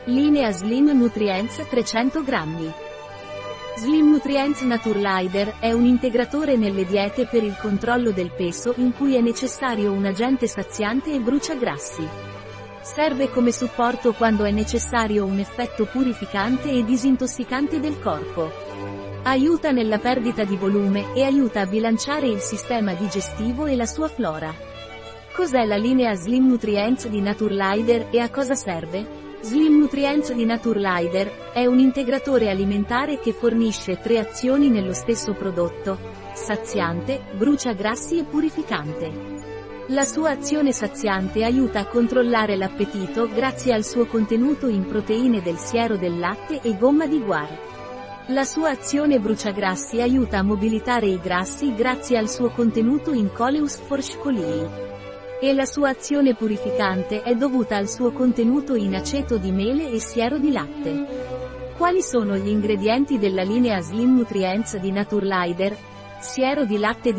Linea Slim Nutrients 300 grammi. Slim Nutrients Naturlider è un integratore nelle diete per il controllo del peso in cui è necessario un agente saziante e bruciagrassi. Serve come supporto quando è necessario un effetto purificante e disintossicante del corpo. Aiuta nella perdita di volume e aiuta a bilanciare il sistema digestivo e la sua flora. Cos'è la linea Slim Nutrients di Naturlider e a cosa serve? Slim Nutrients di Naturlider è un integratore alimentare che fornisce 3 azioni nello stesso prodotto: saziante, bruciagrassi e purificante. La sua azione saziante aiuta a controllare l'appetito grazie al suo contenuto in proteine del siero del latte e gomma di guar. La sua azione bruciagrassi aiuta a mobilitare i grassi grazie al suo contenuto in coleus forscolii. E la sua azione purificante è dovuta al suo contenuto in aceto di mele e siero di latte. Quali sono gli ingredienti della linea Slim Nutrients di Naturlider? Siero di latte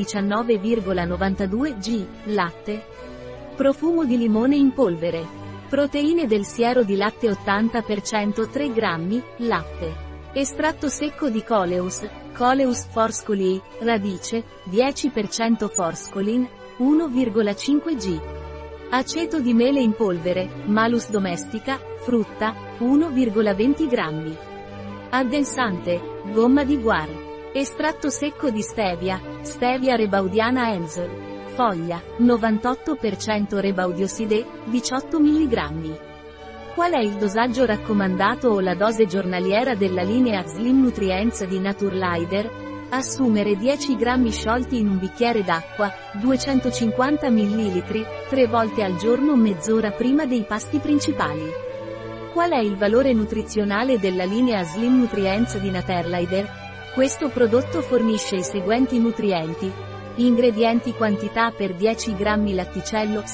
19,92 g, latte. Profumo di limone in polvere. Proteine del siero di latte 80% 3 grammi, latte. Estratto secco di coleus, coleus forscolii, radice, 10% forscolin, 1,5 g. Aceto di mele in polvere, Malus domestica, frutta, 1,20 grammi. Addensante, gomma di guar. Estratto secco di stevia, stevia rebaudiana Enzel. Foglia, 98% rebaudioside, 18 mg. Qual è il dosaggio raccomandato o la dose giornaliera della linea Slim Nutrients di Naturlider? Assumere 10 grammi sciolti in un bicchiere d'acqua, 250 ml, 3 volte al giorno mezz'ora prima dei pasti principali. Qual è il valore nutrizionale della linea Slim Nutrients di Naturlider? Questo prodotto fornisce i seguenti nutrienti. Ingredienti: quantità per 10 grammi latticello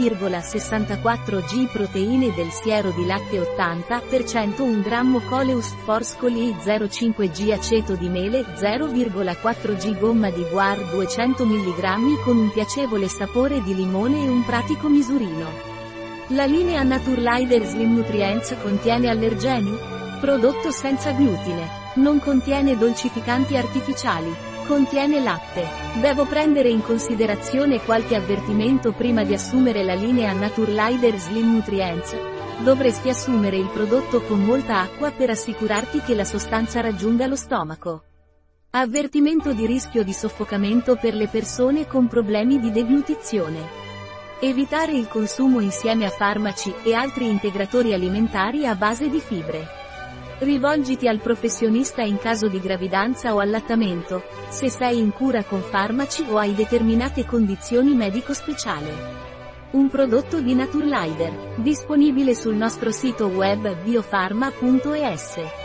6,64 g, proteine del siero di latte 80%, 1 grammo coleus forscolii 0,5 g, aceto di mele 0,4 g, gomma di guar 200 mg con un piacevole sapore di limone e un pratico misurino. La linea Naturlider Slim Nutrients contiene allergeni? Prodotto senza glutine. Non contiene dolcificanti artificiali. Contiene latte. Devo prendere in considerazione qualche avvertimento prima di assumere la linea Naturlider Slim Nutrients? Dovresti assumere il prodotto con molta acqua per assicurarti che la sostanza raggiunga lo stomaco. Avvertimento di rischio di soffocamento per le persone con problemi di deglutizione. Evitare il consumo insieme a farmaci e altri integratori alimentari a base di fibre. Rivolgiti al professionista in caso di gravidanza o allattamento, se sei in cura con farmaci o hai determinate condizioni medico-speciali. Un prodotto di Naturlider, disponibile sul nostro sito web biofarma.es.